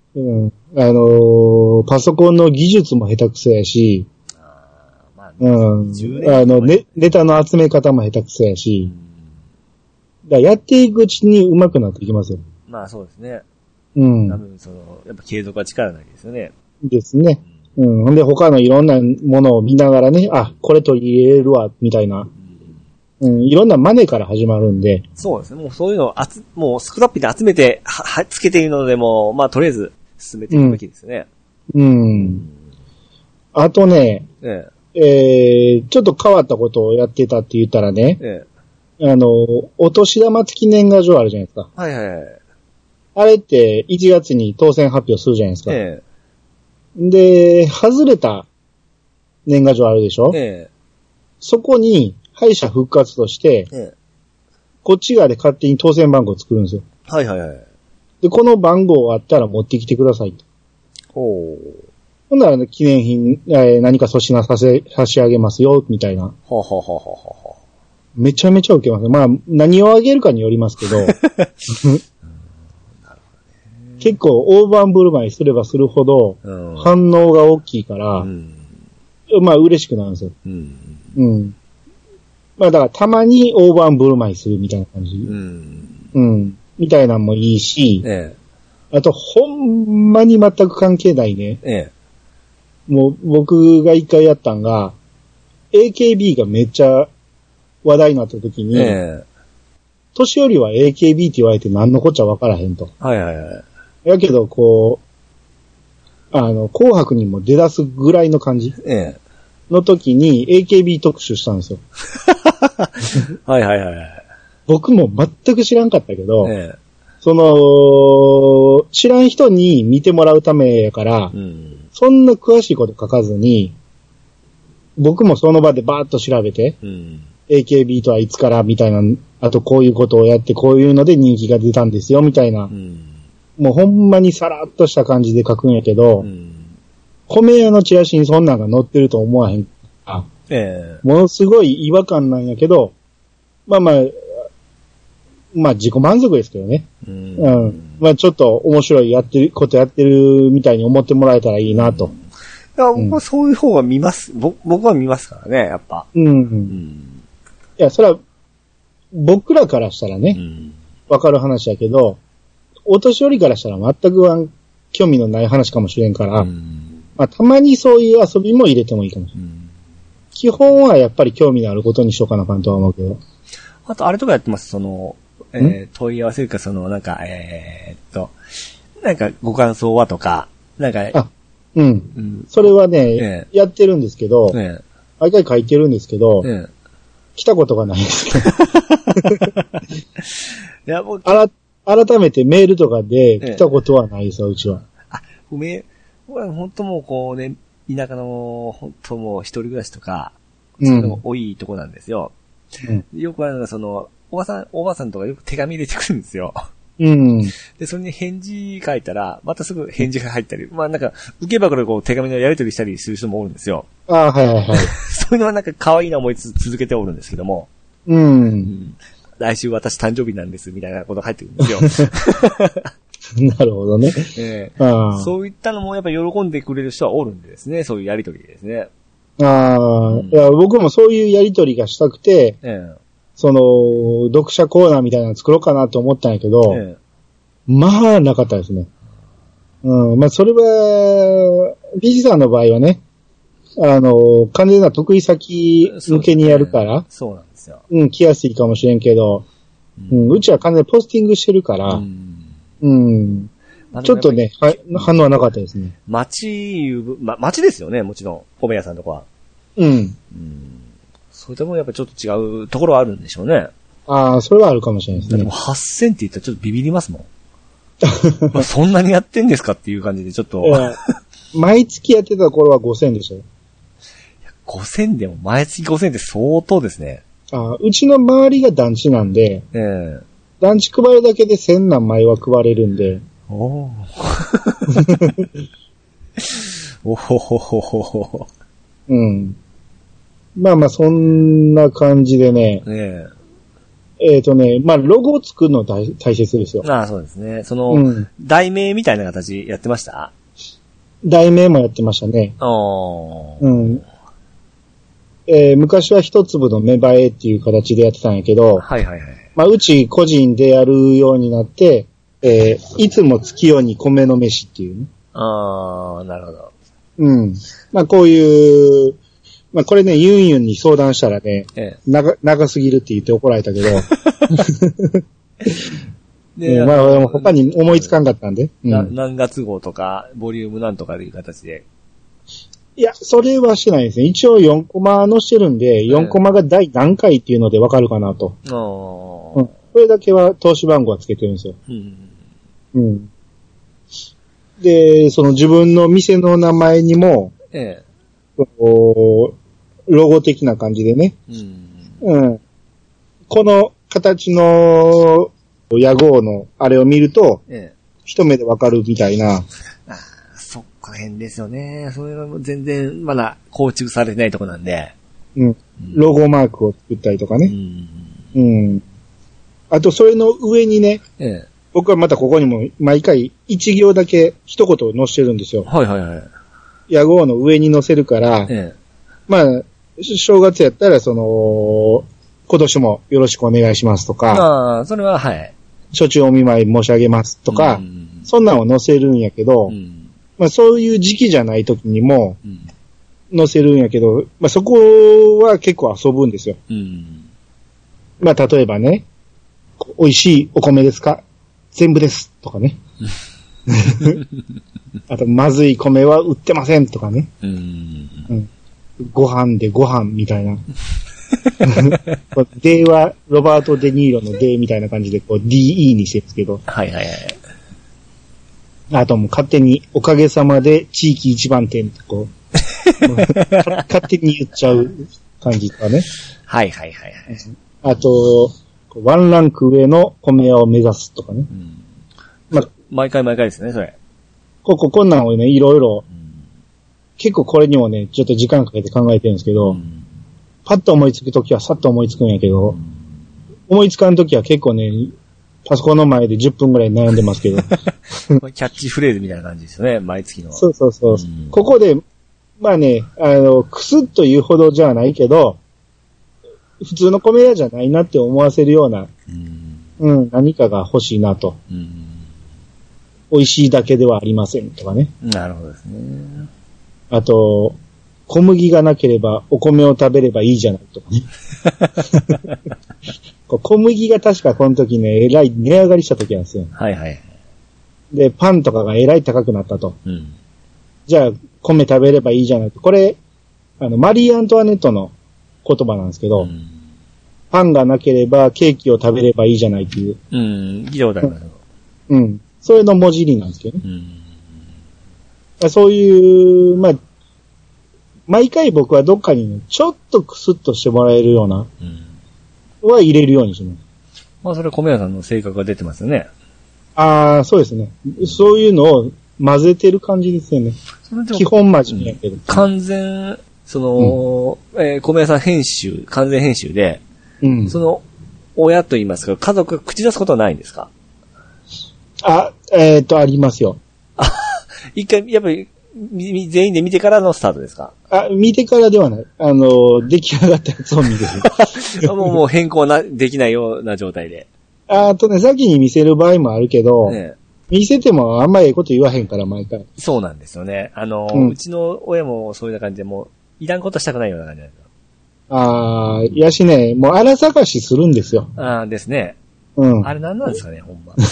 うん。あのー、パソコンの技術も下手くそやし、あまあ、うん。あの、ね、ネタの集め方も下手くそやし、うん、だやっていくうちに上手くなっていきますよ。 まあそうですね。 うん。 多分その、やっぱ継続は力ないですよね。 ですね。うん。ほんで他のいろんなものを見ながらね、あ、これ取り入れるわ、みたいな。うん、いろんなマネから始まるんで。 そうですね。もうそういうのをあつ、もうスクラップで集めて、は、は、つけているのでも、まあとりあえず進めていくべきですね。 うん。うん、あとね、えええー、ちょっと変わったことをやってたって言ったらね、ええ、あの、お年玉付き年賀状あるじゃないですか。 はいはいはい。 あれっていちがつに当選発表するじゃないですか。ええ、で、外れた年賀状あるでしょ、ええ、そこに、敗者復活として、ええ、こっち側で勝手に当選番号を作るんですよ。 はいはいはい。 で、この番号あったら持ってきてくださいと。おー。ほんなら、ね、記念品、えー、何か粗品させ、差し上げますよ、みたいな。はあ、はあはははあ、めちゃめちゃ受けます。まあ、何をあげるかによりますけど。結構大盤振る舞いすればするほど、反応が大きいから、うん、まあ嬉しくなるんですよ。うん。うんまあだからたまに大盤振る舞いするみたいな感じ。うん。うん。みたいなのもいいし、ええ、あとほんまに全く関係ないね。ええ、もう僕が一回やったんが、エーケービー がめっちゃ話題になった時に、ええ、年寄りは エーケービー って言われて何のこっちゃわからへんと。はいはいはい。やけどこう、あの、紅白にも出だすぐらいの感じ。ええの時に エーケービー 特集したんですよ。はいはいはい。僕も全く知らんかったけど、ええ、その、知らん人に見てもらうためやから、うん、そんな詳しいこと書かずに、僕もその場でバーッと調べて、うん、エーケービー とはいつからみたいな、あとこういうことをやってこういうので人気が出たんですよみたいな、うん、もうほんまにさらっとした感じで書くんやけど、うん米屋のチラシにそんなんが載ってると思わへん。あ、ええー。ものすごい違和感なんやけど、まあまあ、まあ自己満足ですけどね。うん。うん、まあちょっと面白いやってる、ことやってるみたいに思ってもらえたらいいなと。 いや、僕はそういう方が見ます。僕、僕は見ますからね、やっぱ。うん。うん、 いや、それは、僕らからしたらね、わ、うん、かる話やけど、お年寄りからしたら全く興味のない話かもしれんから、うんまあ、たまにそういう遊びも入れてもいいかもしれない。うん、基本はやっぱり興味のあることにしようかなかんとは思うけど。 あと、あれとかやってます。その、えー、問い合わせるか、その、なんか、えー、っと、なんか、ご感想はとか、なんか、あ、 うん。うん、それはね、えー、やってるんですけど、えー、毎回書いてるんですけど、えー、来たことがないですけど。いや、もう、あら、改めてメールとかで来たことはないですよ、えー、うちは。 あ、ごめん。本当もうこうね、田舎の本当もう一人暮らしとか、そういうのも多いとこなんですよ。うん、よくあるのがその、おばさん、おばさんとかよく手紙入れてくるんですよ。うん。で、それに返事書いたら、またすぐ返事が入ったり、まあなんか、受け箱でこう手紙のやり取りしたりする人もおるんですよ。 ああ、はいはいはい。 そういうのはなんか可愛いな思いつつ続けておるんですけども。うん。うん、来週私誕生日なんです、みたいなことが入ってくるんですよ。 なるほどね、 えーあ。そういったのもやっぱり喜んでくれる人はおるんでですね、そういうやりとりですね。 ああ、うん、いや僕もそういうやりとりがしたくて、えー、その、読者コーナーみたいなの作ろうかなと思ったんやけど、えー、まあなかったですね。うん、まあそれは、ビジさんの場合はね、あの、完全な得意先向けにやるから、 そうなんですよ。 うん、来やすいかもしれんけど、うん、うん、うちは完全にポスティングしてるから、うんうん。ちょっとね、は反応はなかったですね。 町、ま、町ですよね、もちろん。米屋さんとこは。うん。うん。それでもやっぱちょっと違うところはあるんでしょうね。 ああ、それはあるかもしれないですね。でもはっせんって言ったらちょっとビビりますもん。まあ、そんなにやってんですかっていう感じでちょっと。 毎月やってた頃はごせんでしたよ。 ごせんでも毎月ごせんって相当ですね。 ああ、うちの周りが団地なんで、ええー。団地配るだけで千何枚は配れるんで。おー。おほほほほほ。うん。まあまあ、そんな感じでね。ねえっ、ー、とね、まあ、ロゴを作るの大大切ですよ。 ああ、そうですね。その、うん、題名みたいな形やってました？ 題名もやってましたね。 ああ。 うん。えー、昔は一粒の芽生えっていう形でやってたんやけど、 はいはいはい。 まあ、うち個人でやるようになって、えー、いつも月夜に米の飯っていうね。 ああ、なるほど。 うん。まあ、こういう、まあ、これね、ユンユンに相談したらね、ええ、長、長すぎるって言って怒られたけど、で、まあ、他に思いつかんかったんで。 うん、何月号とか、ボリュームなんとかという形で。 いや、それはしてないですね。一応よんコマ載してるんで、よんコマが第何回っていうのでわかるかなと。 ああ、 うん。それだけは投資番号はつけてるんですよ。うん。うん。で、その自分の店の名前にも、ええ、ロゴ的な感じでね。うん。うん。この形の屋号のあれを見ると、ええ、一目でわかるみたいな。 ああ、そこら辺ですよね。それは全然まだ構築されてないとこなんで。 うん。ロゴマークを作ったりとかね。うん。うん。あと、それの上にね、ええ、僕はまたここにも毎回一行だけ一言載せてるんですよ。 はいはいはい。 屋号の上に載せるから、ええ、まあ、正月やったらその、今年もよろしくお願いしますとか、 ああ、それははい。 初中お見舞い申し上げますとか、うん、そんなんを載せるんやけど、うん、まあそういう時期じゃない時にも載せるんやけど、まあそこは結構遊ぶんですよ。うん、まあ例えばね、美味しいお米ですか？全部ですとかね。あと、まずい米は売ってませんとかね。うんうん、ご飯でご飯みたいな。デーはロバート・デ・ニーロのデーみたいな感じでこう ディーイー にしてるんですけど。 はいはいはい。 あともう勝手におかげさまで地域一番店ってこう、勝手に言っちゃう感じとかね。 はいはいはいはい。 あと、ワンランク上の米屋を目指すとかね。うん、 ま、毎回毎回ですね、それ。 ここ、こんなんをね、いろいろ、うん、結構これにもね、ちょっと時間かけて考えてるんですけど、うん、パッと思いつくときはさっと思いつくんやけど、うん、思いつかんときは結構ね、パソコンの前でじゅっぷんくらい悩んでますけど。キャッチフレーズみたいな感じですよね、毎月の。 そうそうそう。うん、ここで、まあね、あの、くすっと言うほどじゃないけど、普通の米屋じゃないなって思わせるような、うん、うん、何かが欲しいなと、うん。美味しいだけではありませんとかね。 なるほどですね。 あと、小麦がなければお米を食べればいいじゃないとかね。小麦が確かこの時ね、えらい値上がりした時なんですよ。 はいはい。 で、パンとかがえらい高くなったと。うん、じゃあ、米食べればいいじゃないと。これ、あの、マリー・アントワネットの言葉なんですけど、うん、パンがなければケーキを食べればいいじゃないっていう。 うん、聞いたことあります。 うん。それの文字入りなんですけどね。うん、そういう、まあ、毎回僕はどっかに、ね、ちょっとクスッとしてもらえるような、うん、は入れるようにします。 まあそれ米屋さんの性格が出てますよね。 ああ、そうですね。そういうのを混ぜてる感じですよね。基本真面目やけど。 完全、その、うん、えー、米屋さん編集、完全編集で、うん、その、親と言いますか、家族が口出すことはないんですか？ あ、えっ、ー、と、ありますよ。 あ、一回、やっぱり、全員で見てからのスタートですか？ あ、見てからではない。あの、出来上がったやつを見てる。 もう、もう変更な、できないような状態で。 あとね、先に見せる場合もあるけど、ね、見せてもあんまりいいこと言わへんから、毎回。 そうなんですよね。あの、うん、うちの親もそういう感じで、もう、いらんことしたくないような感じなんですよ。 ああ、いやしね、もう荒探しするんですよ。 ああ、ですね。うん。あれ何なんですかね、ほんま。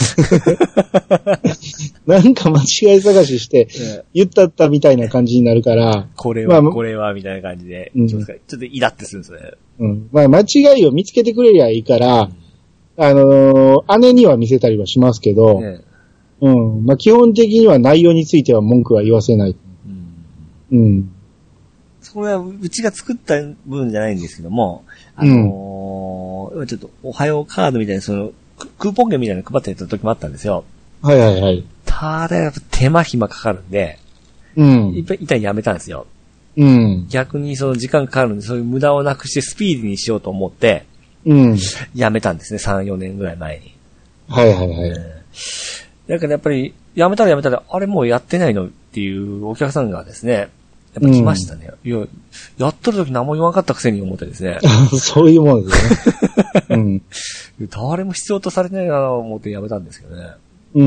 なんか間違い探しして、言ったったみたいな感じになるから。 これは、まあ、これは、みたいな感じで、うん、ちょっとイラってするんですね。 うん。まあ、間違いを見つけてくれりゃいいから、うん、あのー、姉には見せたりはしますけど、ね、うん。まあ、基本的には内容については文句は言わせない。うん。うん。 それは、うちが作った部分じゃないんですけども、あのー、うん、ちょっと、おはようカードみたいな、その、クーポン券みたいなの配ってた時もあったんですよ。 はいはいはい。 ただ、やっぱ手間暇かかるんで、うん。いっぱい、一旦やめたんですよ。うん。逆にその時間かかるんで、そういう無駄をなくしてスピーディーにしようと思って、 うん。 辞めたんですね、さん、よねんぐらい前に。 はいはいはい。 だからやっぱり、辞めたら辞めたら、あれもうやってないのっていうお客さんがですね、やっぱ来ましたね。うん、いや、やっとる時何も言わなかったくせに思ってですね。 そういうもんですね。うん。 誰も必要とされてないなと思って辞めたんですけどね。 うん。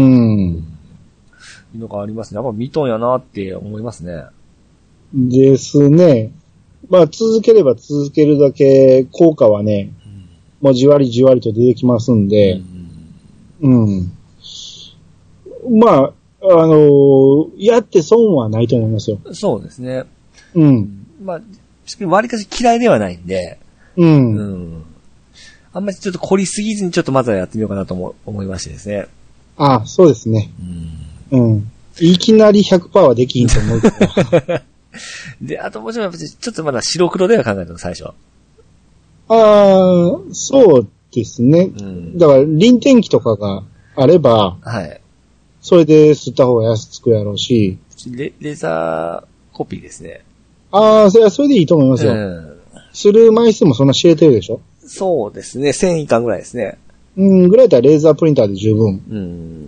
いうのがありますね。やっぱ見とんやなって思いますね。 ですね。まあ続ければ続けるだけ効果はね、うん、もうじわりじわりと出てきますんで、うん。うん、まあ、あのー、やって損はないと思いますよ。 そうですね。 うん。 まあ、割かし嫌いではないんで、 うん。 うん。あんまりちょっと凝りすぎずにちょっとまずはやってみようかなと思思いましてですね。 ああ、そうですね。うん。うん。いきなり ひゃくパーセント はできんと思うけど。 で、あともちろん、ちょっとまだ白黒では考えたの、最初。 ああ、そうですね。うん、だから、臨転機とかがあれば、 はい。 それで吸った方が安くつくやろうし。 レ、レザーコピーですね。 ああ、それはそれでいいと思いますよ。うん。する枚数もそんな知れてるでしょ？ そうですね。せん以下ぐらいですね。 うん、ぐらいだったらレーザープリンターで十分。うん。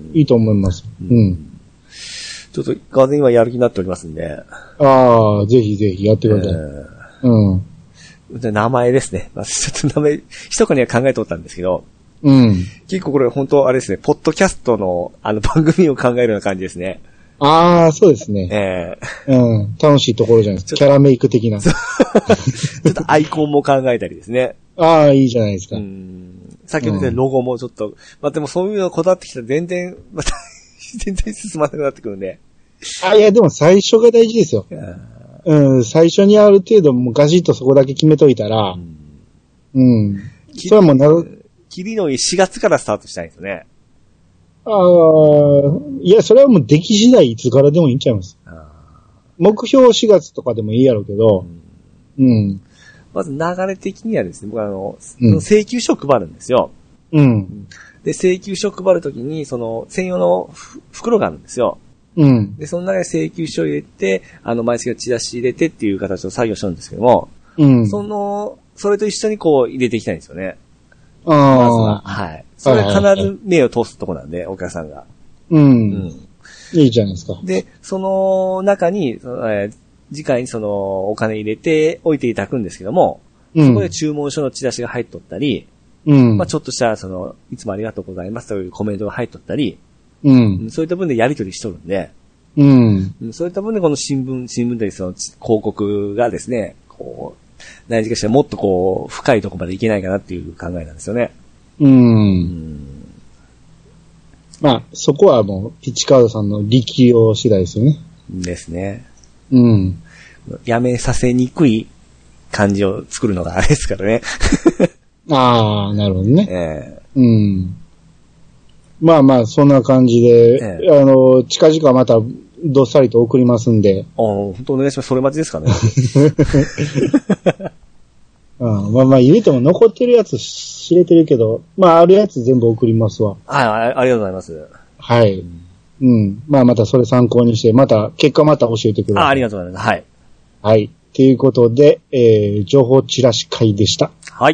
いいと思います。うん。うん、 ちょっと、完全に今やる気になっておりますんで。 ああ、ぜひぜひやってください。えー、うん。 で、名前ですね。まあ、ちょっと名前、一かには考えとったんですけど。 うん。 結構これ本当あれですね、ポッドキャストのあの番組を考えるような感じですね。 ああ、そうですね。 ええー、うん。楽しいところじゃないですか。キャラメイク的な。 ちょっとアイコンも考えたりですね。 ああ、いいじゃないですか。うん。先ほどね、ロゴもちょっと、まあ、でもそういうのこだわってきたら全然、また、全然進まなくなってくるんで。 あ、いや、でも最初が大事ですよ。うん、最初にある程度もうガシッとそこだけ決めといたら、うん。うん、それはもうなる、 切りのいいしがつからスタートしたいんですよね。 ああ、いや、それはもう出来次第いつからでもいいんちゃいます。目標しがつとかでもいいやろうけど、うん。うん、 まず流れ的にはですね、僕はあの、うん、請求書を配るんですよ。 うん。 で、請求書を配るときに、その、専用の袋があるんですよ。 うん。 で、その中で請求書を入れて、あの、毎月のチラシ入れてっていう形を作業してるんですけども、 うん。 その、それと一緒にこう入れていきたいんですよね。 ああ。 まずは。はい。それは必ず目を通すとこなんで、お客さんが。 うん。うん。いいじゃないですか。 で、その中に、そのえー、次回にそのお金入れて置いていただくんですけども、うん、そこで注文書のチラシが入っとったり、 うん。 まあちょっとしたその、いつもありがとうございますというコメントが入っとったり、 うん。 そういった分でやり取りしとるんで、 うん。 そういった分でこの新聞、新聞でその広告がですね、こう、何時かしらもっとこう、深いところまでいけないかなっていう考えなんですよね。 うん。うん、まあ、そこはもう、ピッチカードさんの力量次第ですよね。 ですね。 うん。 やめさせにくい感じを作るのがあれですからね。 ああ、なるほどね。 ええー、うん。まあまあ、そんな感じで、えー、あの、近々また、どっさりと送りますんで。 ああ、本当お願いします。それ待ちですかね。 ああまあまあ、言うても残ってるやつ知れてるけど、まあ、あるやつ全部送りますわ。 はい、あ, ありがとうございます。 はい。うん、うん。まあ、またそれ参考にして、また、結果また教えてください。 あ、ありがとうございます。はい。 はい。ということで、えー、情報チラシ会でした。 はい。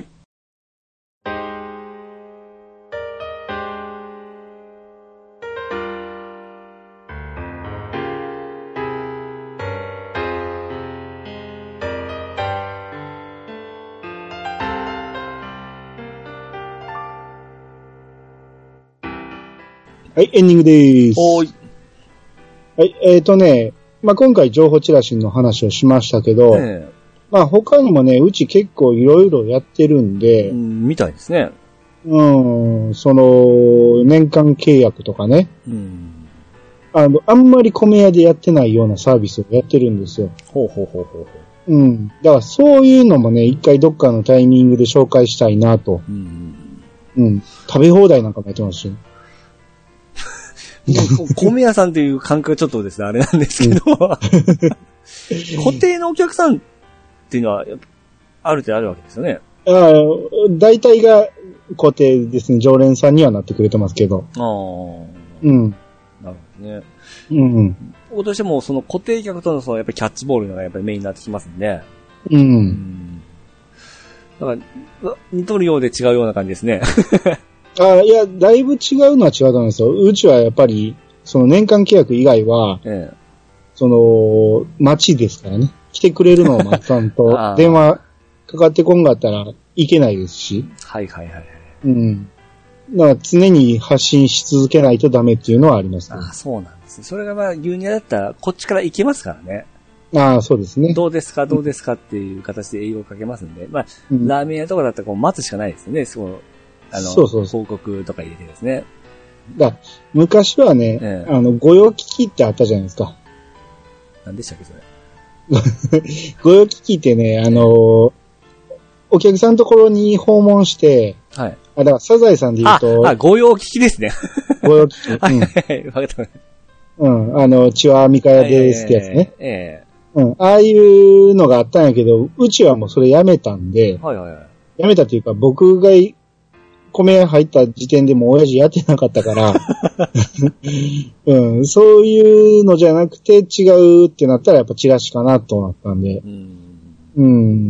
はい、エンディングでーす。 おーい。 はい、えっ、ー、とね、まあ、今回情報チラシの話をしましたけど、えー、まあ、他にもね、うち結構いろいろやってるんで、 うん、みたいですね。 うん、その、年間契約とかね、 うん、 あの、あんまり米屋でやってないようなサービスをやってるんですよ。 ほうほうほうほうほう。うん。だからそういうのもね、一回どっかのタイミングで紹介したいなと。うん。うん。食べ放題なんかもやってますし。 米屋さんっていう感覚ちょっとですね、あれなんですけど、うん、固定のお客さんっていうのは、ある程度あるわけですよね。 ああ、大体が固定ですね。常連さんにはなってくれてますけど。 ああ。 うん。 なるほどね。 うんうん。 僕としても、その固定客とのその、やっぱりキャッチボールがやっぱりメインになってきますんで。 うん。うん、 だから、似とるようで違うような感じですね。 あいや、だいぶ違うのは違うと思うんですよ。うちはやっぱり、その年間契約以外は、ええ、その、待ちですからね。来てくれるのを待たんと、電話かかってこんがったらいけないですし。 はいはいはい。 うん。だから常に発信し続けないとダメっていうのはありますね。 ああ、そうなんですね。それがまあ、牛乳だったら、こっちから行けますからね。 ああ、そうですね。 どうですか、どうですかっていう形で営業かけますんで。まあ、うん、ラーメン屋とかだったらこう待つしかないですよね。そう、あの、そうそうそう、広告とか入れてですね。 だ昔はね、ええ、あの、御用聞きってあったじゃないですか。 何でしたっけ、それ。 御用聞きってね、あのー、お客さんのところに訪問して、はい。あ、だから、サザエさんで言うと。 あ、あ、御用聞きですね。 御用聞き。 はいはいはい、わかった。 うん。あの、血はミカヤですってやつね。ええー。うん。ああいうのがあったんやけど、うちはもうそれやめたんで、はいはいはい。やめたっていうか、僕が米入った時点でもう親父やってなかったから、うん。そういうのじゃなくて違うってなったらやっぱチラシかなとなったんで、うん。うん。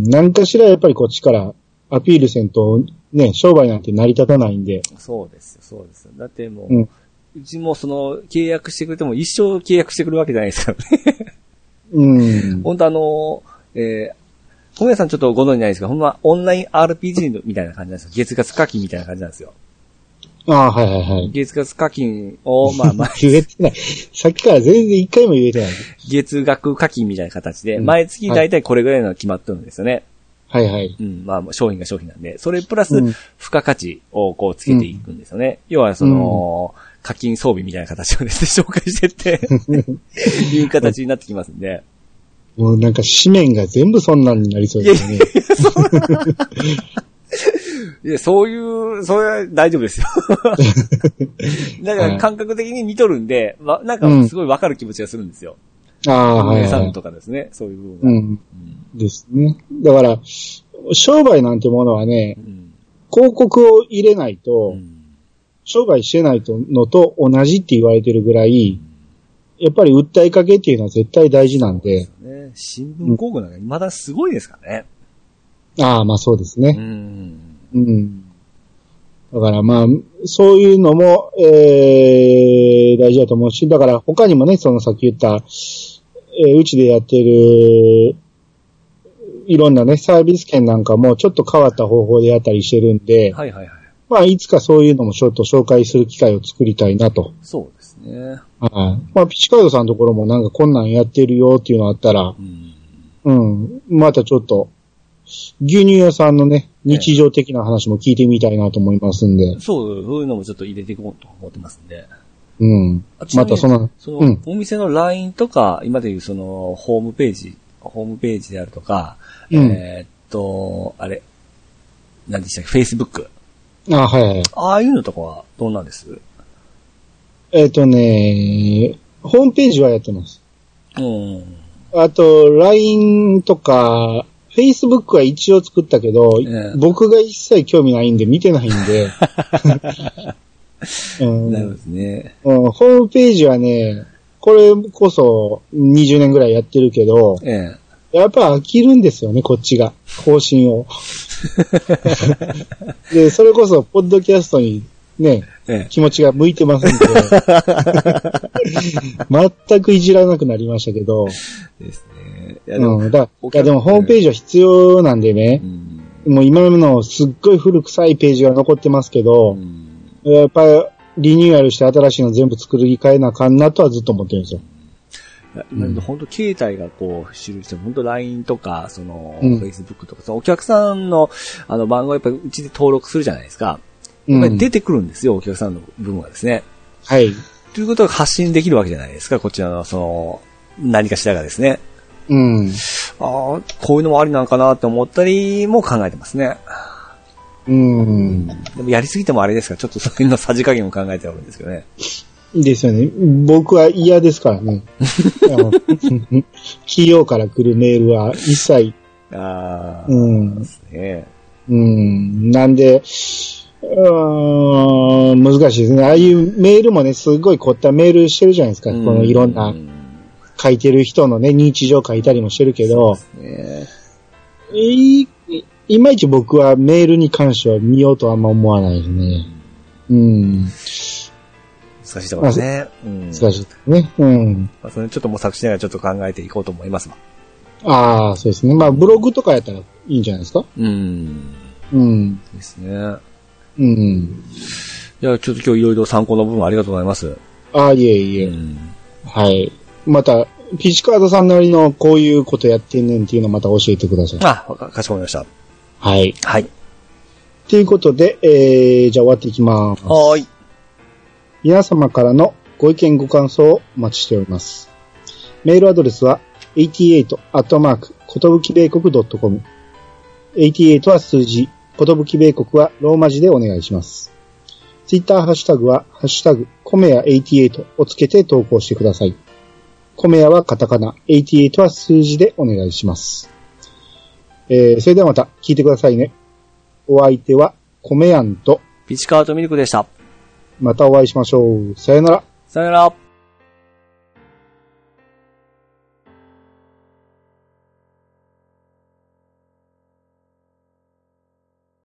何かしらやっぱりこっちからアピールせんと、ね、商売なんて成り立たないんで。 そうですよ、そうですよ。だってもう、うん、うちもその、契約してくれても一生契約してくるわけじゃないですからね。うん。本当あの、えー、小宮さんちょっとご存知ないですが、ほんまオンライン アールピージー みたいな感じなんですよ。月額課金みたいな感じなんですよ。 ああ、はいはいはい。 月額課金を、まあまあ。 言えてない。さっきから全然一回も言えてない。 月額課金みたいな形で、毎月だいたいこれぐらいの決まってるんですよね。 はいはい。 うん、まあ商品が商品なんで、それプラス、付加価値をこうつけていくんですよね。うん、要はその、うん、課金装備みたいな形をですね、紹介してって、いう形になってきますんで。 もうなんか紙面が全部そんなんになりそうですね。いやいやいや、そういう、それは大丈夫ですよ。だから感覚的に見とるんで、ま、なんかすごいわかる気持ちがするんですよ。 うん、ああ、はい、はい。 さんとかですね、そういう部分が。うん。うん、 ですね。だから、商売なんてものはね、うん、広告を入れないと、うん、商売してないのと同じって言われてるぐらい、うん、やっぱり訴えかけっていうのは絶対大事なんで。 そうですね。新聞広告なんか未だすごいですからね。 ああ、まあそうですね。うん。うん。だからまあ、そういうのも、えー、大事だと思うし、だから他にもね、そのさっき言った、えー、うちでやってる、いろんなね、サービス券なんかもちょっと変わった方法でやったりしてるんで、はいはいはい。まあ、いつかそういうのもちょっと紹介する機会を作りたいなと。 そうですね。 はい。まあ、ピチカードさんのところもなんかこんなんやってるよっていうのあったら、うん。うん。またちょっと、牛乳屋さんのね、日常的な話も聞いてみたいなと思いますんで。 そう、そういうのもちょっと入れていこうと思ってますんで。 うん。またその、 その、うん、お店の ライン とか、今でいうその、ホームページ、ホームページであるとか、うん、えー、っと、あれ、何でしたっけ、Facebook。 あ、はいはい。 ああいうのとかはどうなんです？ えー、っとね、ホームページはやってます。うん。あと、ライン とか、Facebook は一応作ったけど、えー、僕が一切興味ないんで見てないんで。うん、 なるほどですね、 うん。ホームページはね、これこそにじゅうねんぐらいやってるけど、ええ、やっぱ飽きるんですよね、こっちが。更新を。で、それこそ、ポッドキャストにね、ええ、気持ちが向いてますんで、全くいじらなくなりましたけど。ですね。いやでも、うん、だいやでもホームページは必要なんでね、うん、もう今のすっごい古臭いページが残ってますけど、うん、やっぱりリニューアルして新しいの全部作り変えなあかんなとはずっと思ってるんですよ。 今で本当携帯がこう主流して本当 ライン とかその、うん、Facebook とかそのお客さんのあの番号やっぱりうちで登録するじゃないですか。やっぱり出てくるんですよ、お客さんの部分はですね。はい。ということが発信できるわけじゃないですか、こちらのその何かしらがですね。うん。ああ、こういうのもありなのかなって思ったりも考えてますね。うん。でもやりすぎてもあれですから、ちょっとそういうのさじ加減を考えておるんですけどね。 ですよね。僕は嫌ですからね。企業から来るメールは一切。ああ。うん。ですね。うん。なんで、うーん、難しいですね。ああいうメールもね、すごい凝ったメールしてるじゃないですか。このいろんな、書いてる人のね、日常書いたりもしてるけど。そうですね。いい、 いまいち僕はメールに関しては見ようとはあんま思わないですね。うん。 難しいところですね。 うん、難しいですね。うん。 まあ、それちょっと模索しながらちょっと考えていこうと思いますわ。 ああ、そうですね。まあ、ブログとかやったらいいんじゃないですか。 うん。 うん。 ですね。 うん。 いや、ちょっと今日いろいろ参考の部分ありがとうございます。 ああ、いえいえ。うん、はい。また、ピチカードさんなりのこういうことやってんねんっていうのをまた教えてください。 あ、かしこまりました。 はい。 はい。 ということで、えー、じゃあ終わっていきます。 はい。 皆様からのご意見ご感想をお待ちしております。メールアドレスは、はちじゅうはちアットマークことぶき米国ドットコム。はちじゅうはちは数字、ことぶき米国はローマ字でお願いします。ツイッターハッシュタグは、ハッシュタグ、コメヤはちじゅうはちをつけて投稿してください。コメヤはカタカナ、はちじゅうはちは数字でお願いします。えー、それではまた聞いてくださいね。お相手は、コメヤンと、 ピチカートミルクでした。 またお会いしましょう。さよなら。 さよなら。